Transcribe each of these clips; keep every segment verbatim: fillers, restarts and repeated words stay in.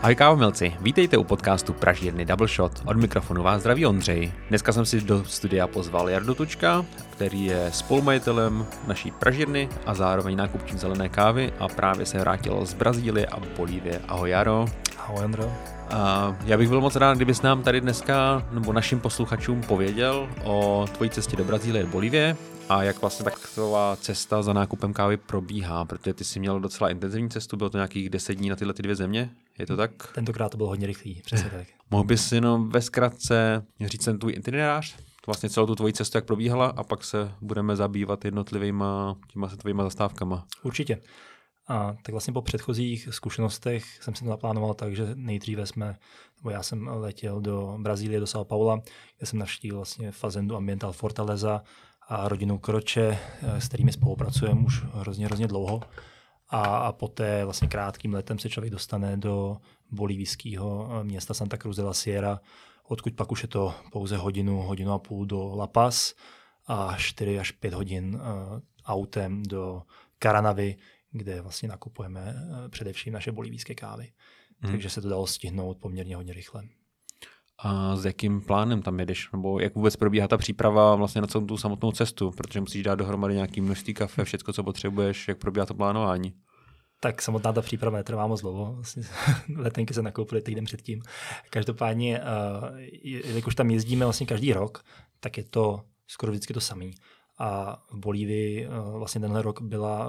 Ahoj kávomilci, vítejte u podcastu Pražírny Double Shot. Od mikrofonu vás zdraví Ondřej. Dneska jsem si do studia pozval Jardu Tučka, který je spolumajitelem naší pražírny a zároveň nákupčím zelené kávy a právě se vrátil z Brazílie a Bolívie. Ahoj Jaro. Ahoj Ondro. A já bych byl moc rád, kdybys nám tady dneska nebo našim posluchačům pověděl o tvojí cestě do Brazílie a Bolívie a jak vlastně taková cesta za nákupem kávy probíhá, protože ty jsi měl docela intenzivní cestu, bylo to nějakých deset dní na tyhle ty dvě země, je to tak? Tentokrát to bylo hodně rychlý, přesně tak. Mohl bys jenom ve zkratce říct ten tvůj itinerář, vlastně celou tu tvoji cestu, jak probíhala a pak se budeme zabývat jednotlivýma těma tvojima zastávkama. Určitě. A tak vlastně po předchozích zkušenostech jsem si to naplánoval tak, že nejdříve jsme, nebo já jsem letěl do Brazílie, do São Paula, kde jsem navštívil vlastně Fazendu Ambiental Fortaleza a rodinu Kroče, s kterými spolupracujeme už hrozně, hrozně dlouho. A, a poté vlastně krátkým letem se člověk dostane do bolívijského města Santa Cruz de la Sierra, odkud pak už je to pouze hodinu, hodinu a půl do La Paz a čtyři až pět hodin uh, autem do Caranavy, kde vlastně nakupujeme uh, především naše bolívijské kávy. Hmm. Takže se to dalo stihnout poměrně hodně rychle. A s jakým plánem tam jedeš? Nebo jak vůbec probíhá ta příprava vlastně na celou tu samotnou cestu? Protože musíš dát dohromady nějaký množství kafe, všechno, co potřebuješ, jak probíhá to plánování? Tak samotná ta příprava netrvá moc dlouho. Vlastně letenky se nakoupily týden předtím. Každopádně, jelikož tam jezdíme vlastně každý rok, tak je to skoro vždycky to samé. A v Bolívii vlastně tenhle rok byla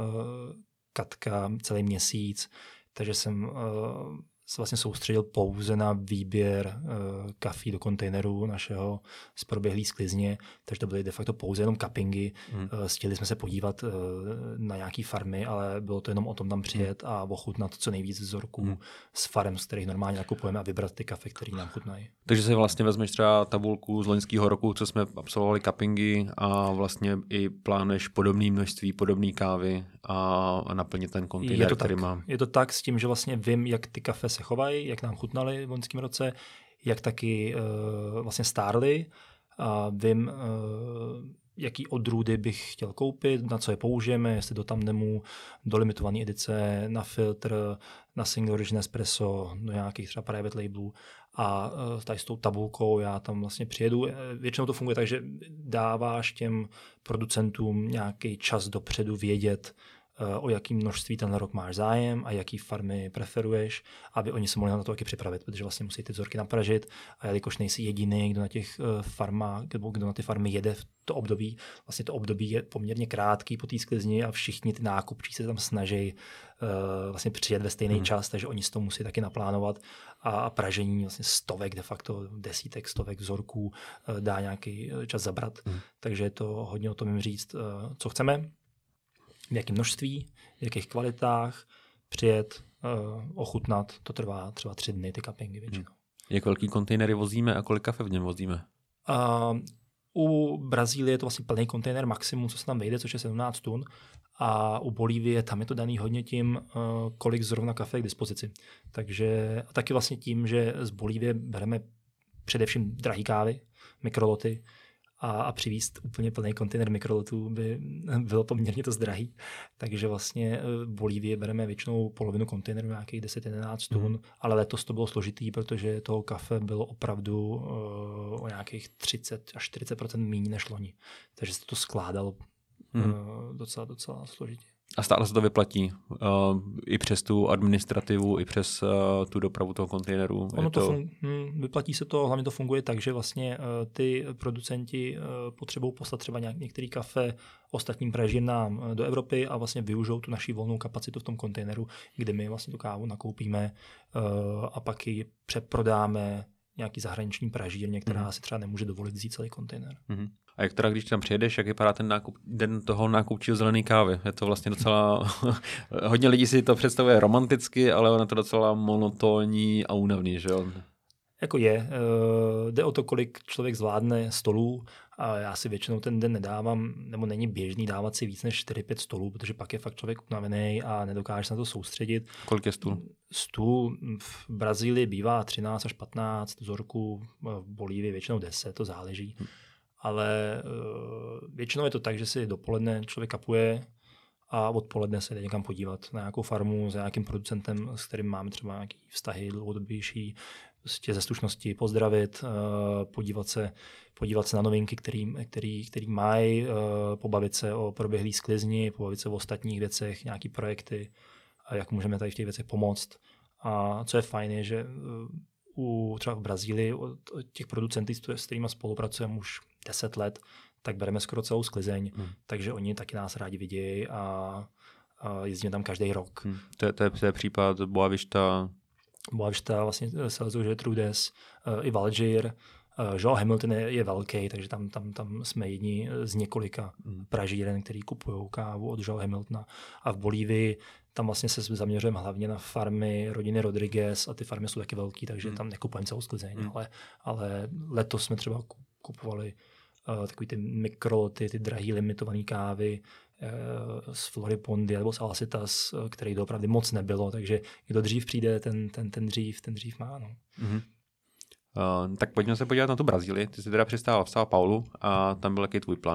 Katka celý měsíc, takže jsem se vlastně soustředil pouze na výběr uh, kafí do kontejnerů našeho z proběhlý sklizně, takže to byly de facto pouze jenom cuppingy. Hmm. Uh, chtěli jsme se podívat uh, na nějaký farmy, ale bylo to jenom o tom tam přijet hmm. a ochutnat co nejvíc vzorků hmm. z farem, z kterých normálně nakupujeme a vybrat ty kafe, které nám chutnají. Takže si vlastně vezmeš třeba tabulku z loňského roku, co jsme absolvovali cuppingy a vlastně i plánuješ podobné množství, podobné kávy a naplnit ten kontejner, který mám. Je to tak s tím, že vlastně vím, jak ty kafe se chovají, jak nám chutnali v loňském roce, jak taky uh, vlastně stárly. A vím, uh, jaký odrůdy bych chtěl koupit, na co je použijeme, jestli do tandemu, do limitované edice, na filtr, na single origin espresso, do nějakých třeba private labelů. A uh, tady s tou tabulkou já tam vlastně přijedu. Většinou to funguje tak, že dáváš těm producentům nějaký čas dopředu vědět, o jaký množství ten rok máš zájem a jaký farmy preferuješ, aby oni se mohli na to taky připravit, protože vlastně musí ty vzorky napražit a jelikož nejsi jediný, kdo na těch farmách, nebo kdo na ty farmy jede v to období, vlastně to období je poměrně krátký po té sklizni a všichni ty nákupčí se tam snaží uh, vlastně přijet ve stejný hmm. čas, takže oni si to musí taky naplánovat a pražení vlastně stovek, de facto desítek, stovek vzorků uh, dá nějaký čas zabrat, hmm. takže je to hodně o tom jim říct, uh, co chceme, v jakém množství, v jakých kvalitách, přijet, uh, ochutnat, to trvá třeba tři dny, ty cuppingy většinou. Hmm. Jak velký kontejnery vozíme a kolik kafe v něm vozíme? Uh, u Brazílie je to vlastně plný kontejner maximum, co se tam vejde, což je sedmnáct tun. A u Bolívie tam je to daný hodně tím, uh, kolik zrovna kafe je k dispozici. Takže a taky vlastně tím, že z Bolívie bereme především drahý kávy, mikroloty, a, a přivízt úplně plný kontejner mikrolotů by bylo poměrně to drahý. Takže vlastně v Bolívii bereme většinou polovinu kontejneru, nějakých deset jedenáct tun, mm. ale letos to bylo složitý, protože toho kafe bylo opravdu uh, o nějakých třicet až čtyřicet procent méně než loni. Takže se to skládalo mm. uh, docela, docela složitě. A stále se to vyplatí uh, i přes tu administrativu, i přes uh, tu dopravu toho kontejneru. Ono to, to... Fun- hm, vyplatí se to, hlavně to funguje tak, že vlastně uh, ty producenti uh, potřebují poslat třeba nějak, některý kafe ostatním pražírnám uh, do Evropy a vlastně využijou tu naši volnou kapacitu v tom kontejneru, kde my vlastně tu kávu nakoupíme uh, a pak ji přeprodáme nějaký zahraniční pražírně, která mm. si třeba nemůže dovolit vzít celý kontejner. Mm. A jak teda, když tam přijedeš, jak vypadá ten nákup, den toho nákupčího zelený kávy? Je to vlastně docela... Hodně lidí si to představuje romanticky, ale ono je to docela monotónní a únavný, že jo? Jako je. Uh, jde o to, kolik člověk zvládne stolů a já si většinou ten den nedávám, nebo není běžný dávat si víc než čtyři pět stolů, protože pak je fakt člověk unavený a nedokáže se na to soustředit. Kolik je stůl? Stůl v Brazílii bývá třináct až patnáct vzorků, v Bolívii většinou deset, to záleží. Hmm. Ale uh, většinou je to tak, že si dopoledne člověk kapuje a odpoledne se jde někam podívat na nějakou farmu s nějakým producentem, s kterým máme třeba nějaký vztahy dlouhodobější, prostě ze slušnosti pozdravit, podívat se, podívat se na novinky, který, který, který mají, pobavit se o proběhlý sklizni, pobavit se o ostatních věcech, nějaký projekty a jak můžeme tady v těch věcech pomoct. A co je fajn, je, že u, třeba v Brazílii od těch producentů, s kterými spolupracujeme už deset let, tak bereme skoro celou sklizeň, hmm. takže oni taky nás rádi vidějí a, a jezdíme tam každý rok. Hmm. To, je, to, je, to je případ Boa Vista. Boa Vista, vlastně Celso Gertrudes, uh, i Valgir. Uh, Joe Hamilton je, je velký, takže tam, tam, tam jsme jedni z několika hmm. Pražíren, který kupují kávu od Joe Hamiltona. A v Bolívii tam vlastně se zaměřujeme hlavně na farmy rodiny Rodriguez a ty farmy jsou taky velký, takže hmm. tam nekupujeme celou sklizeň, hmm. ale, ale letos jsme třeba kupovali Uh, takový ty mikroty, ty drahý limitované kávy uh, z Floripondy nebo z Alcitas, uh, který doopravdy moc nebylo, takže kdo dřív přijde, ten, ten, ten, dřív, ten dřív má. No. Mm-hmm. Uh, tak pojďme se podívat na tu Brazílii. Ty jsi teda přistál v São Paulo a tam byl jaký tvůj plán?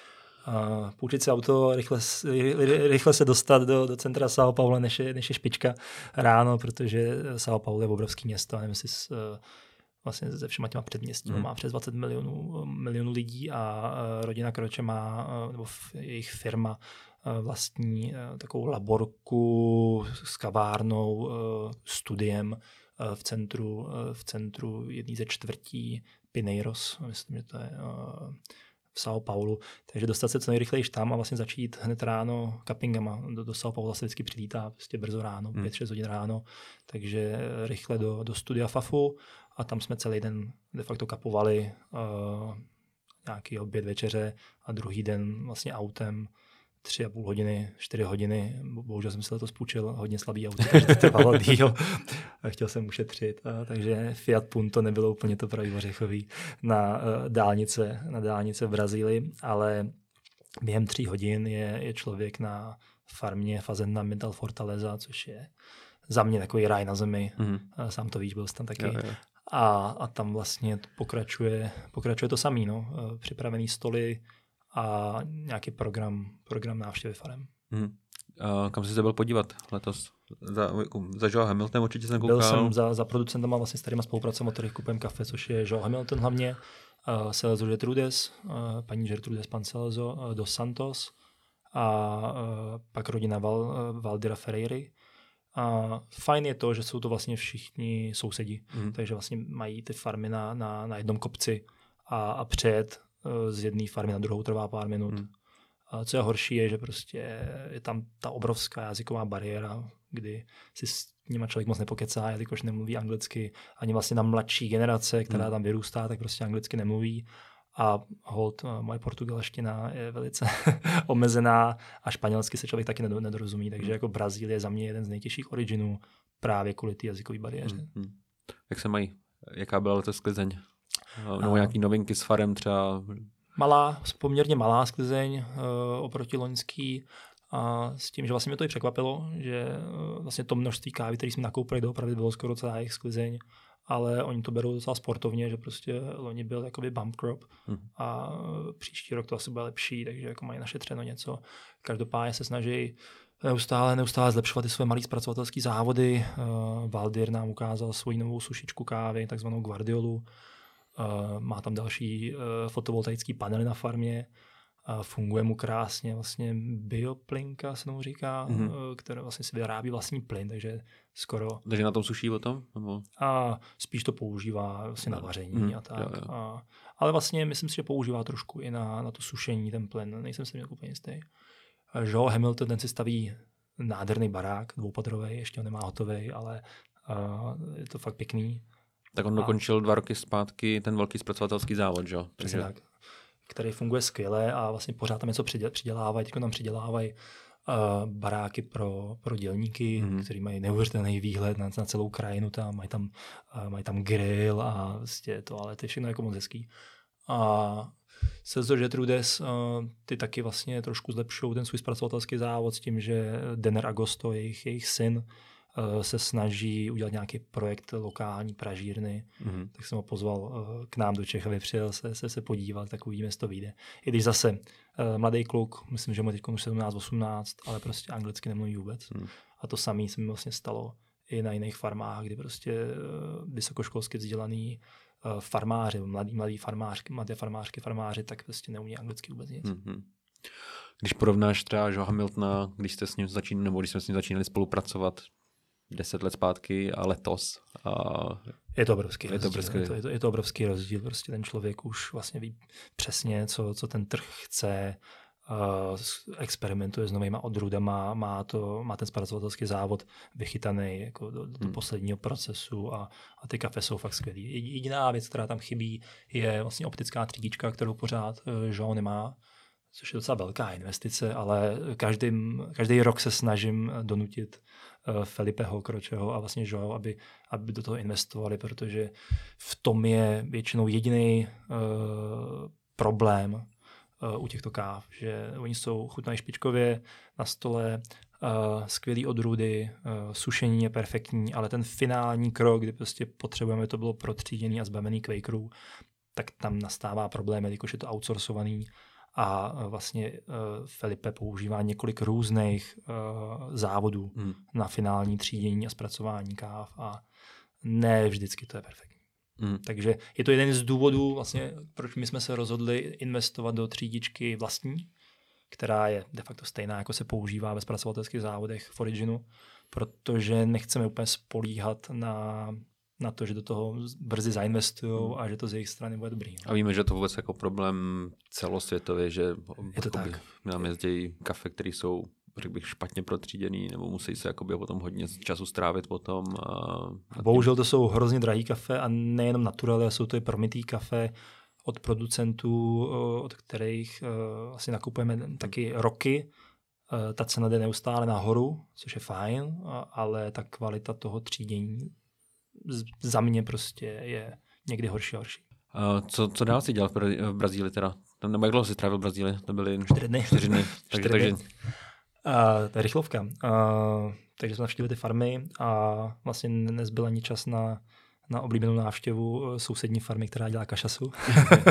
Uh, půjčit si auto, rychle, rychle se dostat do, do centra São Paulo, než je, než je špička ráno, protože São Paulo je obrovský město, nevím, jestli uh, vlastně se všema těma předměstím, hmm. má přes dvacet milionů, milionů lidí a uh, rodina Kroče má, uh, nebo jejich firma uh, vlastní uh, takovou laborku s kavárnou, uh, studiem uh, v centru, uh, v centru jedné ze čtvrtí Pinheiros, myslím, že to je uh, v São Paulo, takže dostat se co nejrychlejší tam a vlastně začít hned ráno cuppingama. Do, do São Paulo se vždycky přilítá prostě brzo ráno, hmm. pět šest hodin ráno, takže rychle do, do studia Fafu a tam jsme celý den de facto kapovali uh, nějaký oběd, večeře a druhý den vlastně autem tři a půl hodiny, čtyři hodiny. Bohužel jsem si to spůjčil, hodně slabý auto, takže to trvalo díl. Chtěl jsem ušetřit, a, takže Fiat Punto nebylo úplně to pravý ořechový na uh, dálnice, na dálnice v Brazílii, ale během tří hodin je, je člověk na farmě Fazenda Mental Fortaleza, což je za mě takový ráj na zemi. Mm. Sám to víš, byl jsi tam taky. Jo, jo. A, a tam vlastně pokračuje, pokračuje to samý, no. Připravený stoly a nějaký program, program návštěvy farem. Hmm. A kam jsi se byl podívat letos? Za, za Joe Hamiltonem určitě jsem koukal. Byl jsem za, za producentama, vlastně s kterýma spolupracujeme, od kterých kupujeme kafe, což je Joe Hamilton hlavně, uh, Celso Gertrudes, uh, paní Gertrudes, pan Celso, uh, dos Santos a uh, pak rodina Val, uh, Valdira Ferreiry. A fajn je to, že jsou to vlastně všichni sousedi, hmm. takže vlastně mají ty farmy na, na, na jednom kopci a, a přejet z jedné farmy na druhou trvá pár minut. Hmm. A co je horší, je, že prostě je tam ta obrovská jazyková bariéra, kdy si s nima člověk moc nepokecá, jelikož nemluví anglicky, ani vlastně na mladší generace, která hmm. tam vyrůstá, tak prostě anglicky nemluví. A hold, moje portugalština je velice omezená a španělsky se člověk taky nedorozumí, takže jako Brazílie je za mě jeden z nejtěžších originů právě kvůli té jazykové bariéře. Hmm. Hmm. Jak se mají? Jaká byla letos sklizeň? Nebo nějaký novinky s farem třeba? Malá, poměrně malá sklizeň uh, oproti loňský a s tím, že vlastně mě to i překvapilo, že uh, vlastně to množství kávy, které jsme nakoupili, doopravdy bylo skoro celá jejich sklizeň, ale oni to berou docela sportovně, že prostě loni byl jakoby bump crop hmm. a uh, příští rok to asi bude lepší, takže jako mají našetřeno něco. Každopádně se snaží neustále, neustále zlepšovat ty své malé zpracovatelské závody. Uh, Valdir nám ukázal svoji novou sušičku kávy, takzvanou Guardiolu. Uh, má tam další uh, fotovoltaický panely na farmě. Uh, funguje mu krásně vlastně bioplinka, se tomu říká, mm-hmm. uh, která vlastně si vyrábí vlastní plyn, takže skoro... Takže na tom suší o tom? Nebo? A spíš to používá vlastně no. na vaření mm-hmm. a tak. Jo, jo. A, ale vlastně myslím si, že používá trošku i na, na to sušení ten plyn. Nejsem si mě úplně jistý. Uh, Joe Hamilton, ten si staví nádherný barák, dvoupatrový, ještě ho nemá hotový, ale uh, je to fakt pěkný. Tak on dokončil dva roky zpátky ten velký zpracovatelský závod, že jo? Přesně tak. Který funguje skvěle a vlastně pořád tam něco přidělávají. Teď tam přidělávají uh, baráky pro, pro dělníky, mm-hmm. kteří mají neuvěřitelný výhled na, na celou krajinu tam. Mají tam, uh, mají tam grill a vlastně toalety, všechno jako moc hezký. A Celso Gertrudes, uh, ty taky vlastně trošku zlepšují ten svůj zpracovatelský závod s tím, že Denner Agosto, jejich, jejich syn, se snaží udělat nějaký projekt lokální pražírny, mm-hmm. tak jsem ho pozval k nám do Čech, aby přijel se, se, se podívat, tak uvidíme, jestli to vyjde. I když zase mladý kluk, myslím, že mu teď už sedmnáct osmnáct, ale prostě anglicky nemluví vůbec. Mm. A to samé se mi vlastně stalo i na jiných farmách, kdy prostě vysokoškolsky vzdělaný farmáři, mladí, mladí farmářky, mladé farmářky, farmáři, tak prostě neumí anglicky vůbec nic. Mm-hmm. Když porovnáš třeba Joea Hamiltona, když jste s ním začínali, nebo když jsme s ním začínali spolupracovat deset let zpátky a letos. A je to obrovský je rozdíl. To obrovský... Je, to, je, to, je to obrovský rozdíl. Prostě ten člověk už vlastně ví přesně, co, co ten trh chce, uh, experimentuje s novýma odrůdama, má, to, má ten zpracovatelský závod vychytaný jako do, do hmm. posledního procesu a, a ty kafe jsou fakt skvělý. Jediná věc, která tam chybí, je vlastně optická třídička, kterou pořád uh, Joao nemá, což je docela velká investice, ale každý, každý rok se snažím donutit uh, Felipeho, Croceho a vlastně Joao, aby, aby do toho investovali, protože v tom je většinou jediný uh, problém uh, u těchto káv, že oni jsou chutnají špičkově na stole, uh, skvělý odrůdy, uh, sušení je perfektní, ale ten finální krok, kdy prostě potřebujeme, aby to bylo protříděný a zbavený Quakerů, tak tam nastává problém, jelikož je to outsourcovaný. A vlastně uh, Felipe používá několik různých uh, závodů hmm. na finální třídění a zpracování káv a ne vždycky to je perfektní. Hmm. Takže je to jeden z důvodů, vlastně, proč my jsme se rozhodli investovat do třídičky vlastní, která je de facto stejná, jako se používá ve zpracovatelských závodech v Originu, protože nechceme úplně spolíhat na na to, že do toho brzy zainvestujou hmm. a že to z jejich strany bude dobrý. A víme, že to vůbec jako problém celosvětový, že je to tak. Nám jezdí kafe, které jsou, řekl bych, špatně protříděný, nebo musí se jakoby potom hodně času strávit potom. A, a bohužel to jsou hrozně drahý kafe a nejenom naturally, ale jsou to i promitý kafe od producentů, od kterých asi nakupujeme taky roky. Ta cena jde neustále nahoru, což je fajn, ale ta kvalita toho třídění za mě prostě je někdy horší a horší. Uh, co, co dál si dělal v, Bra- v Brazílii teda? Nebo jak dlouho jsi trávil v Brazílii? To byly čtyři dny. Čtyři dny. takže, čtyři dny. takže... Uh, to je rychlovka. Uh, takže jsme navštívili ty farmy a vlastně nezbyl ani čas na, na oblíbenou návštěvu sousední farmy, která dělá kašasu. uh,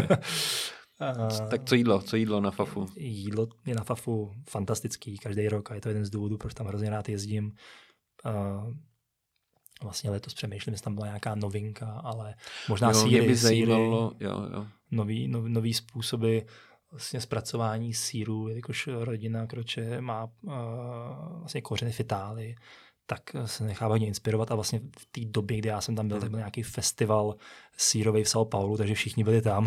tak co jídlo? Co jídlo na Fafu? Jídlo je na Fafu fantastický každý rok a je to jeden z důvodů, proč tam hrozně rád jezdím. Uh, Vlastně letos přemýšlím, jestli tam byla nějaká novinka, ale možná jo, síry, by síry jo, jo. Nový, nový, nový způsoby vlastně zpracování sýru, jelikož rodina Croce má uh, vlastně kořeny v Itálii, tak se nechává hodně inspirovat a vlastně v té době, kdy já jsem tam byl, hmm. tak byl nějaký festival sírovej v São Paulo, takže všichni byli tam.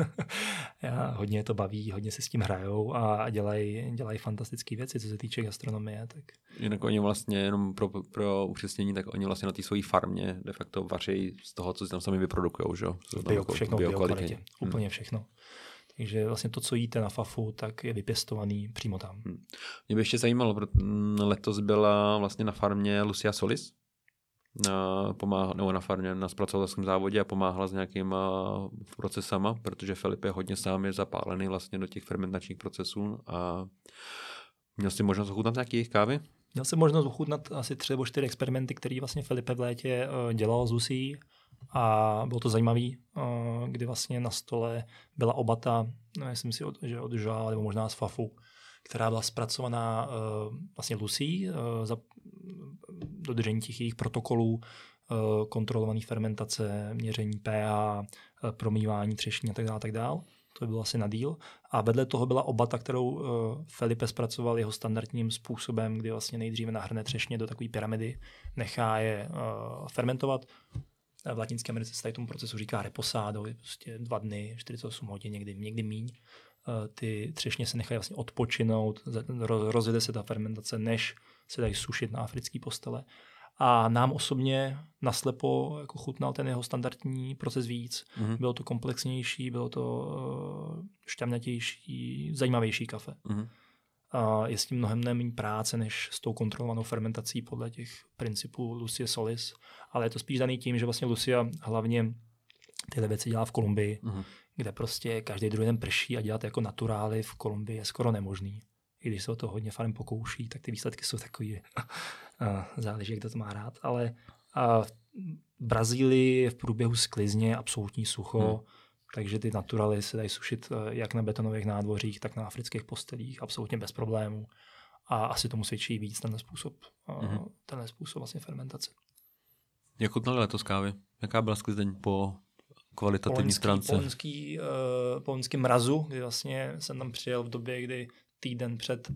Já, hodně to baví, hodně se s tím hrajou a dělají dělaj fantastické věci, co se týče gastronomie. Tak. Jinak oni vlastně, jenom pro, pro upřesnění, tak oni vlastně na té své farmě de facto vaří z toho, co si tam sami vyprodukujou, že? Bio, všechno v biokvalitě, hmm. úplně všechno. Takže vlastně to, co jíte na Fafu, tak je vypěstovaný přímo tam. Hmm. Mě by ještě zajímalo, protože letos byla vlastně na farmě Lucia Solis, na, pomáha, nebo na farmě na zpracovatelském závodě a pomáhala s nějakýma procesama, protože Felipe hodně sám je zapálený vlastně do těch fermentačních procesů a měl jsi možnost ochutnat nějaké jejich kávy? Měl jsem možnost ochutnat asi tři nebo čtyři experimenty, které vlastně Felipe v létě dělal s Lucí. A bylo to zajímavé, kdy vlastně na stole byla obata, myslím si, že od Joa, nebo možná z Fafu, která byla zpracovaná vlastně Lucí za dodržení těch jejich protokolů, kontrolované fermentace, měření pH, promývání třešní a tak dále, tak dále. To bylo asi na díl. A vedle toho byla obata, kterou Felipe zpracoval jeho standardním způsobem, kdy vlastně nejdříve nahrne třešně do takové pyramidy, nechá je fermentovat. V Latinské Americe se tady tomu procesu říká reposado, je prostě dva dny, čtyřicet osm hodin, někdy, někdy míň. Ty třešně se nechají vlastně odpočinout, rozjede se ta fermentace, než se dají sušit na africké postele. A nám osobně naslepo jako chutnal ten jeho standardní proces víc. Mm-hmm. Bylo to komplexnější, bylo to šťavnatější, zajímavější kafe. Mm-hmm. A je s tím mnohem méně práce, než s tou kontrolovanou fermentací podle těch principů Lucie Solis. Ale je to spíš daný tím, že vlastně Lucia hlavně tyhle věci dělá v Kolumbii, mm-hmm. kde prostě každý druhý den prší a dělat jako naturály v Kolumbii je skoro nemožný. i když se o to hodně farem pokouší, tak ty výsledky jsou takový, záleží, jak to má rád, ale v Brazílii je v průběhu sklizně absolutní sucho, hmm. takže ty naturaly se dají sušit jak na betonových nádvořích, tak na afrických postelích, absolutně bez problémů. A asi tomu svědčí víc tenhle způsob, hmm. tenhle způsob vlastně fermentace. Jak chutnaly letos kávy? Jaká byla sklizeň po kvalitativní polonský, stránce? Polonský, uh, polonský mrazu, kdy vlastně jsem tam přijel v době, kdy týden před,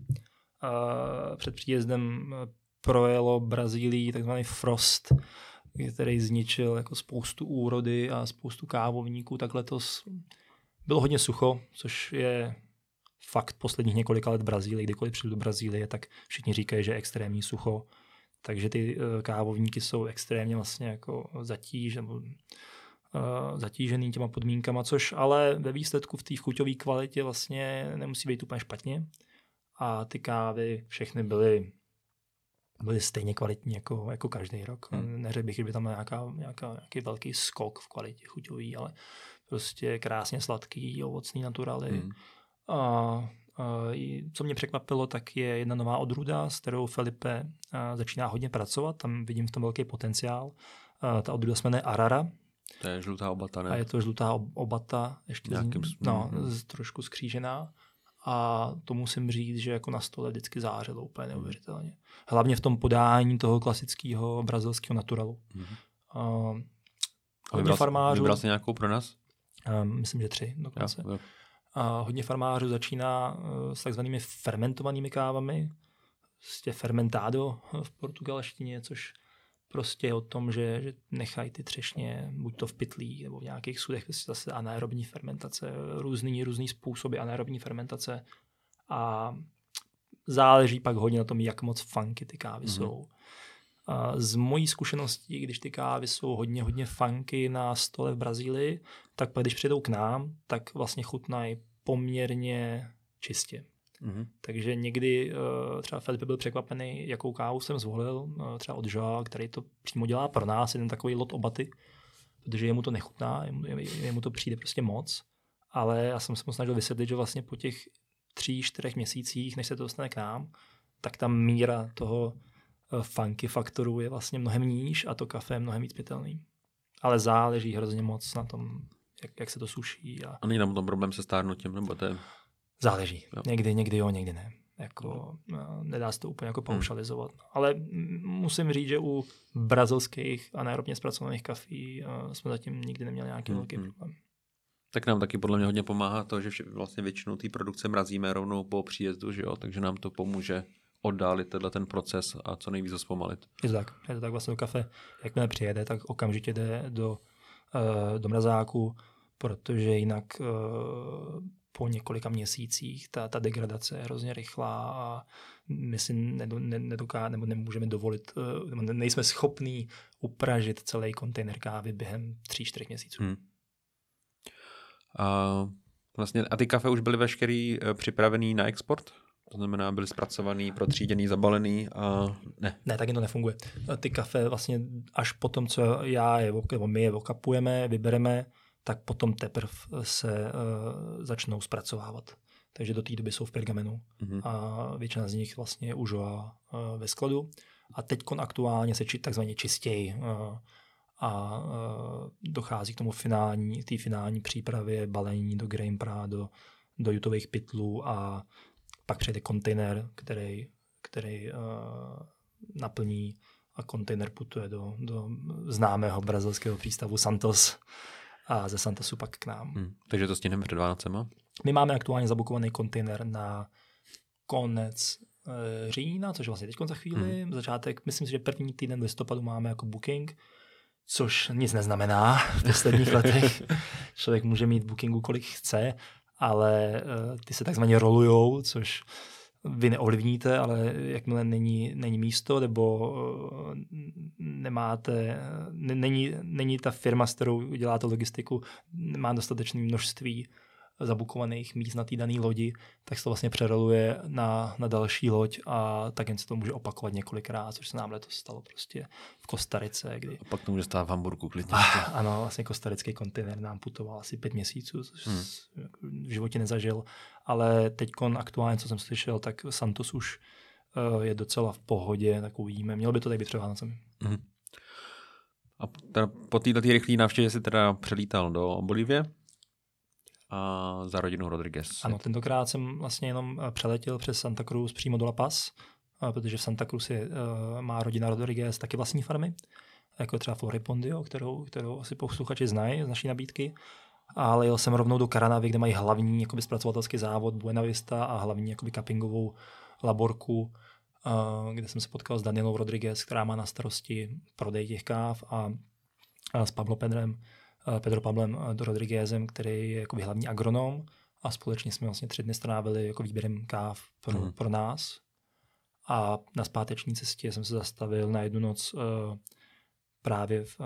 uh, před příjezdem projelo Brazílii takzvaný frost, který zničil jako spoustu úrody a spoustu kávovníků, tak letos bylo hodně sucho, což je fakt posledních několika let Brazílie. Kdykoliv přijdu do Brazílie, tak všichni říkají, že je extrémní sucho. Takže ty kávovníky jsou extrémně vlastně jako zatíž, nebo, uh, zatížený těma podmínkama, což ale ve výsledku v té chuťové kvalitě vlastně nemusí být úplně špatně. A ty kávy všechny byly byly stejně kvalitní jako, jako každý rok. Hmm. Neřekl bych, že by tam nějaká, nějaká, nějaký velký skok v kvalitě chuťový, ale prostě krásně sladký, ovocný naturaly. Hmm. A, a co mě překvapilo, tak je jedna nová odrůda, s kterou Felipe začíná hodně pracovat. Tam vidím v tom velký potenciál. A ta odrůda se jmenuje Arara. To je žlutá obata, ne? A je to žlutá obata, ještě Nějakým... z, no, z, trošku skřížená. A to musím říct, že jako na stole vždycky zářilo úplně neuvěřitelně. Hlavně v tom podání toho klasického brazilského naturalu. Mm-hmm. Uh, a vybral, farmářů, vybral jsi nějakou pro nás? Uh, myslím, že tři dokonce. Jo, jo. Uh, hodně farmářů začíná uh, s takzvanými fermentovanými kávami, prostě fermentado v portugalštině, což prostě je o tom, že, že nechají ty třešně buď to v pytlích nebo v nějakých sudech, prostě zase anaerobní fermentace, různý, různý způsoby anaerobní fermentace a záleží pak hodně na tom, jak moc funky ty kávy mm-hmm. jsou. A z mojí zkušeností, když ty kávy jsou hodně, hodně funky na stole v Brazílii, tak pak když přijdou k nám, tak vlastně chutnají poměrně čistě. Mm-hmm. Takže někdy uh, třeba Felipe byl překvapený, jakou kávu jsem zvolil, uh, třeba od Joa, který to přímo dělá pro nás, jeden takový lot obaty, protože jemu to nechutná, jemu, jemu to přijde prostě moc, ale já jsem se mu snažil vysvětlit, že vlastně po těch tří, čtyřech měsících, než se to dostane k nám, tak ta míra toho uh, funky faktoru je vlastně mnohem níž a to kafe je mnohem víc pitelný. Ale záleží hrozně moc na tom, jak, jak se to suší. A, a není tam tom problém se stárnutím, nebo to je... Záleží. Jo. Někdy, někdy jo, někdy ne. Jako, nedá se to úplně jako paušalizovat. Hmm. Ale musím říct, že u brazilských anaerobně zpracovaných kafí uh, jsme zatím nikdy neměli nějaký hmm. velký problém. Tak nám taky podle mě hodně pomáhá to, že vlastně většinu té produkce mrazíme rovnou po příjezdu, že jo? Takže nám to pomůže oddálit tenhle ten proces a co nejvíc zpomalit. Je to tak. Je to tak vlastně do kafe. Jakmile přijede, tak okamžitě jde do, uh, do mrazáku, protože jinak uh, po několika měsících ta, ta degradace je hrozně rychlá a my si nedo, ne, nedoká, nebo nemůžeme dovolit, nebo nejsme schopní upražit celý kontejner kávy během tří, čtyřech měsíců. Hmm. A, vlastně, a ty kafe už byly veškerý připravený na export? To znamená, byly zpracovaný, protříděný, zabalený a ne? Ne, taky to nefunguje. Ty kafe vlastně až po tom, co já je, nebo my je okapujeme, vybereme, tak potom teprve se uh, začnou zpracovávat. Takže do té doby jsou v pergamenu mm-hmm. a většina z nich vlastně je už uh, ve skladu. A teď aktuálně se či, takzvaně čistějí uh, a uh, dochází k tomu finální, té finální přípravě, balení do grainpra, do, do jutových pytlů a pak přijde kontejner, který, který uh, naplní a kontejner putuje do, do známého brazilského přístavu Santos a ze Santosu pak k nám. Hmm, takže to stihneme před Vánocema? My máme aktuálně zabukovaný kontejner na konec e, října, což vlastně teď za chvíli. Hmm. Začátek, myslím si, že první týden listopadu máme jako booking, což nic neznamená v posledních letech. Člověk může mít bookingu, kolik chce, ale e, ty se takzvaně rolujou, což vy neovlivníte, ale jakmile není, není místo, nebo nemáte, není, není ta firma, s kterou děláte logistiku, nemá dostatečné množství zabukovaných míst na té dané lodi, tak se to vlastně přeroluje na, na další loď a tak jen se to může opakovat několikrát, což se nám letos stalo prostě v Kostarice. Kdy... A pak to může stát v Hamburgu klidně. Ah, ano, vlastně kostarický kontejner nám putoval asi pět měsíců, což hmm. v životě nezažil, ale teďkon aktuálně, co jsem slyšel, tak Santos už uh, je docela v pohodě, tak uvidíme. Mělo by to tak být před Vánocemi. Hmm. A teda po této rychlé návštěvě jsi teda přelítal do Bolívie a za rodinu Rodriguez. Ano, tentokrát jsem vlastně jenom přeletěl přes Santa Cruz přímo do La Paz, protože v Santa Cruz je, uh, má rodina Rodriguez taky vlastní farmy, jako třeba Floripondio, kterou, kterou asi posluchači znají z naší nabídky. Ale jel jsem rovnou do Caranavy, kde mají hlavní jakoby, zpracovatelský závod Buena Vista a hlavní jakoby, cuppingovou laborku, uh, kde jsem se potkal s Danielou Rodriguez, která má na starosti prodej těch káv, a, a s Pablo Pedrem, uh, Pedro Pablem uh, Rodriguezem, který je jakoby, hlavní agronom, a společně jsme vlastně tři dny strávili jako výběrem káv pro, mm. pro nás. A na zpáteční cestě jsem se zastavil na jednu noc uh, právě v uh,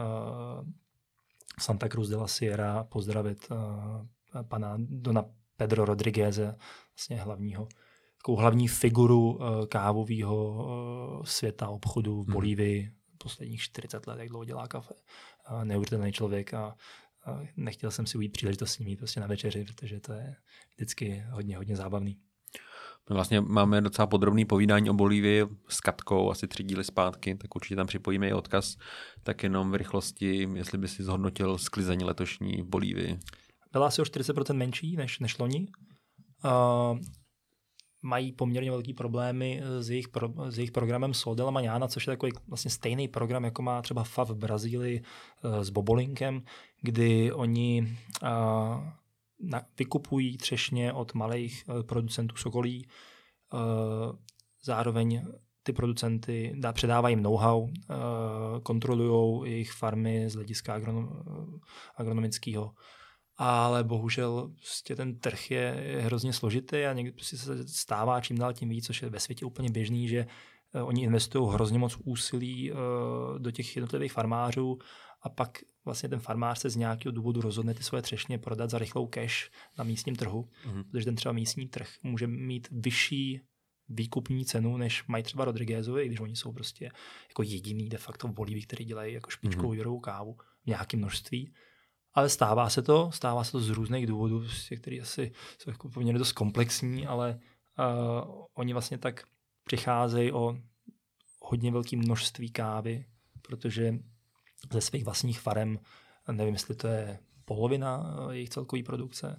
Santa Cruz de la Sierra pozdravit uh, pana Dona Pedro Rodrigueze, vlastně hlavního, takovou hlavní figuru uh, kávového uh, světa obchodu v Bolívii. Hmm. Posledních čtyřicet let, jak dlouho dělá kafe. Uh, neuvěřitelný člověk a uh, nechtěl jsem si ujít příležitost s ním jít prostě na večeři, protože to je vždycky hodně, hodně zábavný. My vlastně máme docela podrobný povídání o Bolívii s Katkou, asi tři díly zpátky, tak určitě tam připojíme i odkaz. Tak jenom v rychlosti, jestli by si zhodnotil sklizení letošní v Bolívii. Byla asi o čtyřicet procent menší než, než loni. Uh, mají poměrně velký problémy s jejich, pro, s jejich programem Sol de la Mañana, což je takový vlastně stejný program, jako má třeba F A V v Brazílii uh, s bobolinkem, kdy oni uh, Na, vykupují třešně od malých uh, producentů sokolí. Uh, zároveň ty producenty dá, předávají jim know-how, uh, kontrolují jejich farmy z hlediska agronom, uh, agronomického. Ale bohužel prostě ten trh je, je hrozně složitý a někdy prostě se stává čím dál tím víc, což je ve světě úplně běžný, že uh, oni investují hrozně moc úsilí uh, do těch jednotlivých farmářů, a pak vlastně ten farmář se z nějakého důvodu rozhodne ty svoje třešně prodat za rychlou cash na místním trhu, mm. protože ten třeba místní trh může mít vyšší výkupní cenu, než mají třeba Rodriguezovi, když oni jsou prostě jako jediný de facto v Bolívii, který dělají jako špičkovou výrobou kávu v nějakém množství. Ale stává se to, stává se to z různých důvodů, které asi jsou jako poměrně dost komplexní, ale uh, oni vlastně tak přicházejí o hodně velké množství kávy, protože ze svých vlastních farem, nevím, jestli to je polovina jejich celkové produkce.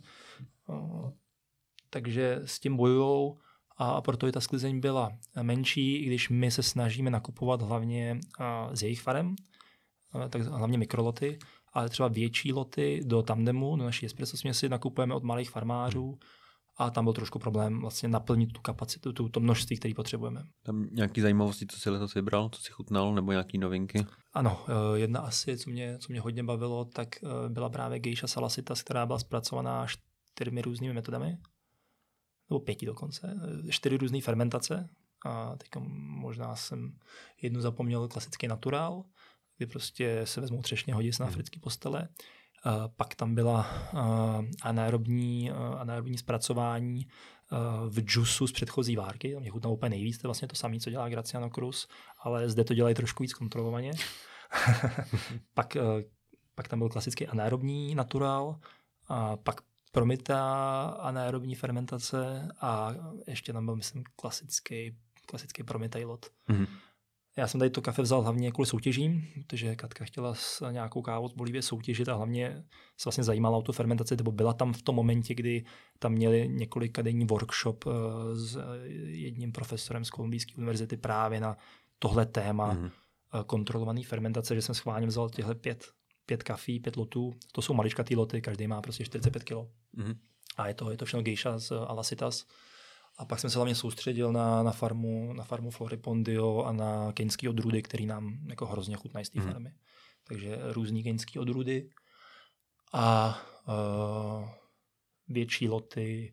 Takže s tím bojujou a proto i ta sklizeň byla menší, i když my se snažíme nakupovat hlavně z jejich farem, tak hlavně mikroloty, ale třeba větší loty do tandemu, do naší espresso směsi nakupujeme od malých farmářů, a tam byl trošku problém vlastně naplnit tu kapacitu, tu, to množství, které potřebujeme. Tam nějaký zajímavosti, co si letos vybral, co si chutnal, nebo nějaký novinky? Ano, jedna asi, co mě, co mě hodně bavilo, tak byla právě Geisha Salacitas, která byla zpracovaná čtyřmi různými metodami, nebo pěti dokonce, čtyři různé fermentace. A teď možná jsem jednu zapomněl, klasický naturál, kdy prostě se vezmou třešně, hodí se na africké postele. Uh, pak tam byla uh, anaerobní, uh, anaerobní zpracování uh, v džusu z předchozí várky. To mě chutnalo úplně nejvíc, to je vlastně to samé, co dělá Graciano Cruz, ale zde to dělají trošku víc kontrolovaně. pak, uh, pak tam byl klasický anaerobní naturál, a pak promytá anaerobní fermentace a ještě tam byl, myslím, klasický, klasický promytý lot. Mm-hmm. Já jsem tady to kafe vzal hlavně kvůli soutěžím, protože Katka chtěla s nějakou kávou z Bolívie soutěžit a hlavně se vlastně zajímala o tu fermentaci, nebo byla tam v tom momentě, kdy tam měli několikadenní workshop s jedním profesorem z Kolumbijské univerzity právě na tohle téma mm. kontrolované fermentace, že jsem schválně vzal těchto pět, pět kafí, pět lotů. To jsou maličkatý loty, každý má prostě čtyřicet pět kilo. Mm. A je to, je to všechno Geisha z Alacitas. A pak jsem se hlavně soustředil na, na farmu, na farmu Floripondio a na keňský odrůdy, který nám jako hrozně chutnají z té mm. farmy. Takže různý keňský odrůdy a uh, větší loty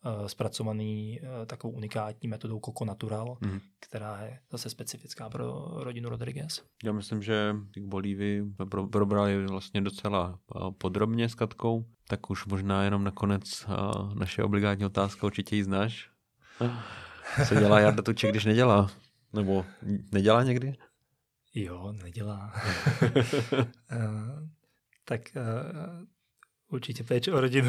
zpracovaný takovou unikátní metodou Coco Natural, mm. která je zase specifická pro rodinu Rodriguez. Já myslím, že k Bolívii probrali vlastně docela podrobně s Katkou, tak už možná jenom nakonec naše obligátní otázka, určitě ji znáš. Co dělá Jarda Tuček, když nedělá? Nebo nedělá někdy? Jo, nedělá. uh, tak uh, určitě péče o rodinu.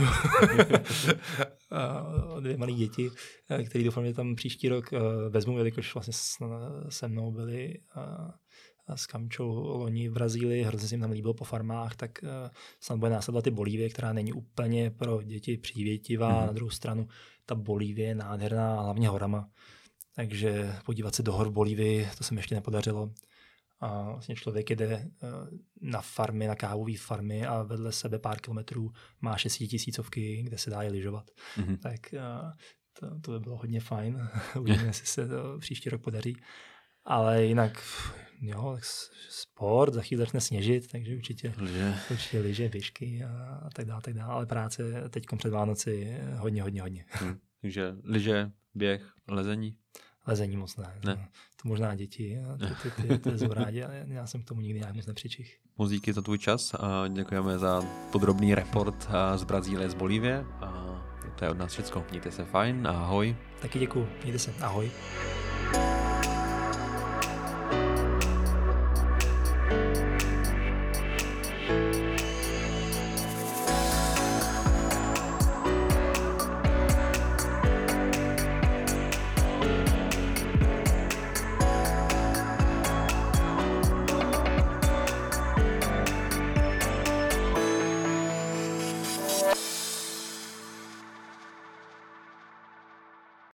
O dvě malé děti, které doufám, že tam příští rok uh, vezmu, jelikož vlastně se mnou byli uh, s Kamčou loni v Brazílii, hrozně se jim tam líbilo po farmách, tak uh, snad bude následovat i Bolívie, která není úplně pro děti přívětivá. Mm. Na druhou stranu ta Bolívie je nádherná, hlavně horama. Takže podívat se do hor v Bolívii, to se mi ještě nepodařilo. A vlastně člověk jede na farmy, na kávové farmy a vedle sebe pár kilometrů má šestitisícovky, kde se dá je lyžovat. Mm-hmm. Tak to, to by bylo hodně fajn. Uvidíme, jestli se to příští rok podaří. Ale jinak, jo, tak sport, za chvíli začne sněžit, takže určitě lyže, určitě lyže, běžky a, a tak dále, tak dále. Ale práce teďkom před Vánoci hodně, hodně, hodně. Hmm. Takže lyže, běh, lezení? Lezení moc ne. ne. To, to možná děti, ty, ty, ty, ty, ty rádi, ale já jsem k tomu nikdy nějak moc nepřičich. Moc díky za tvůj čas a děkujeme za podrobný report z Brazílie, z Bolívie. A to je od nás všecko. Mějte se fajn a ahoj. Taky děkuju. Mějte se. Ahoj.